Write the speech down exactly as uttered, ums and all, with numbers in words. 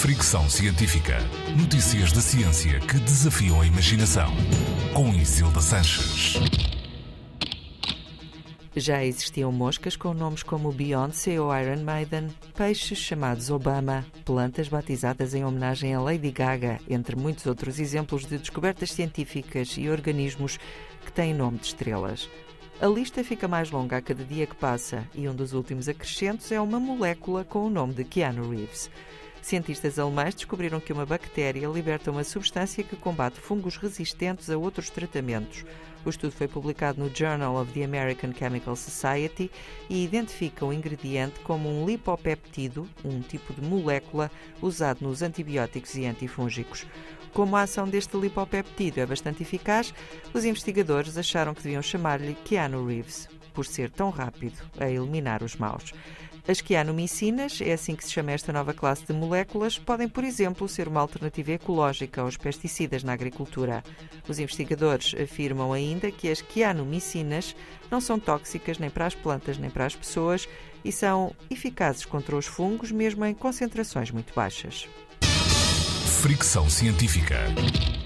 Fricção Científica. Notícias da ciência que desafiam a imaginação. Com Isilda Sanches. Já existiam moscas com nomes como Beyoncé ou Iron Maiden, peixes chamados Obama, plantas batizadas em homenagem a Lady Gaga, entre muitos outros exemplos de descobertas científicas e organismos que têm nome de estrelas. A lista fica mais longa a cada dia que passa e um dos últimos acrescentos é uma molécula com o nome de Keanu Reeves. Cientistas alemães descobriram que uma bactéria liberta uma substância que combate fungos resistentes a outros tratamentos. O estudo foi publicado no Journal of the American Chemical Society e identifica o ingrediente como um lipopeptido, um tipo de molécula usado nos antibióticos e antifúngicos. Como a ação deste lipopeptido é bastante eficaz, os investigadores acharam que deviam chamar-lhe Keanu Reeves, por ser tão rápido a eliminar os maus. As quianomicinas, é assim que se chama esta nova classe de moléculas, podem, por exemplo, ser uma alternativa ecológica aos pesticidas na agricultura. Os investigadores afirmam ainda que as quianomicinas não são tóxicas nem para as plantas nem para as pessoas e são eficazes contra os fungos, mesmo em concentrações muito baixas. Fricção Científica.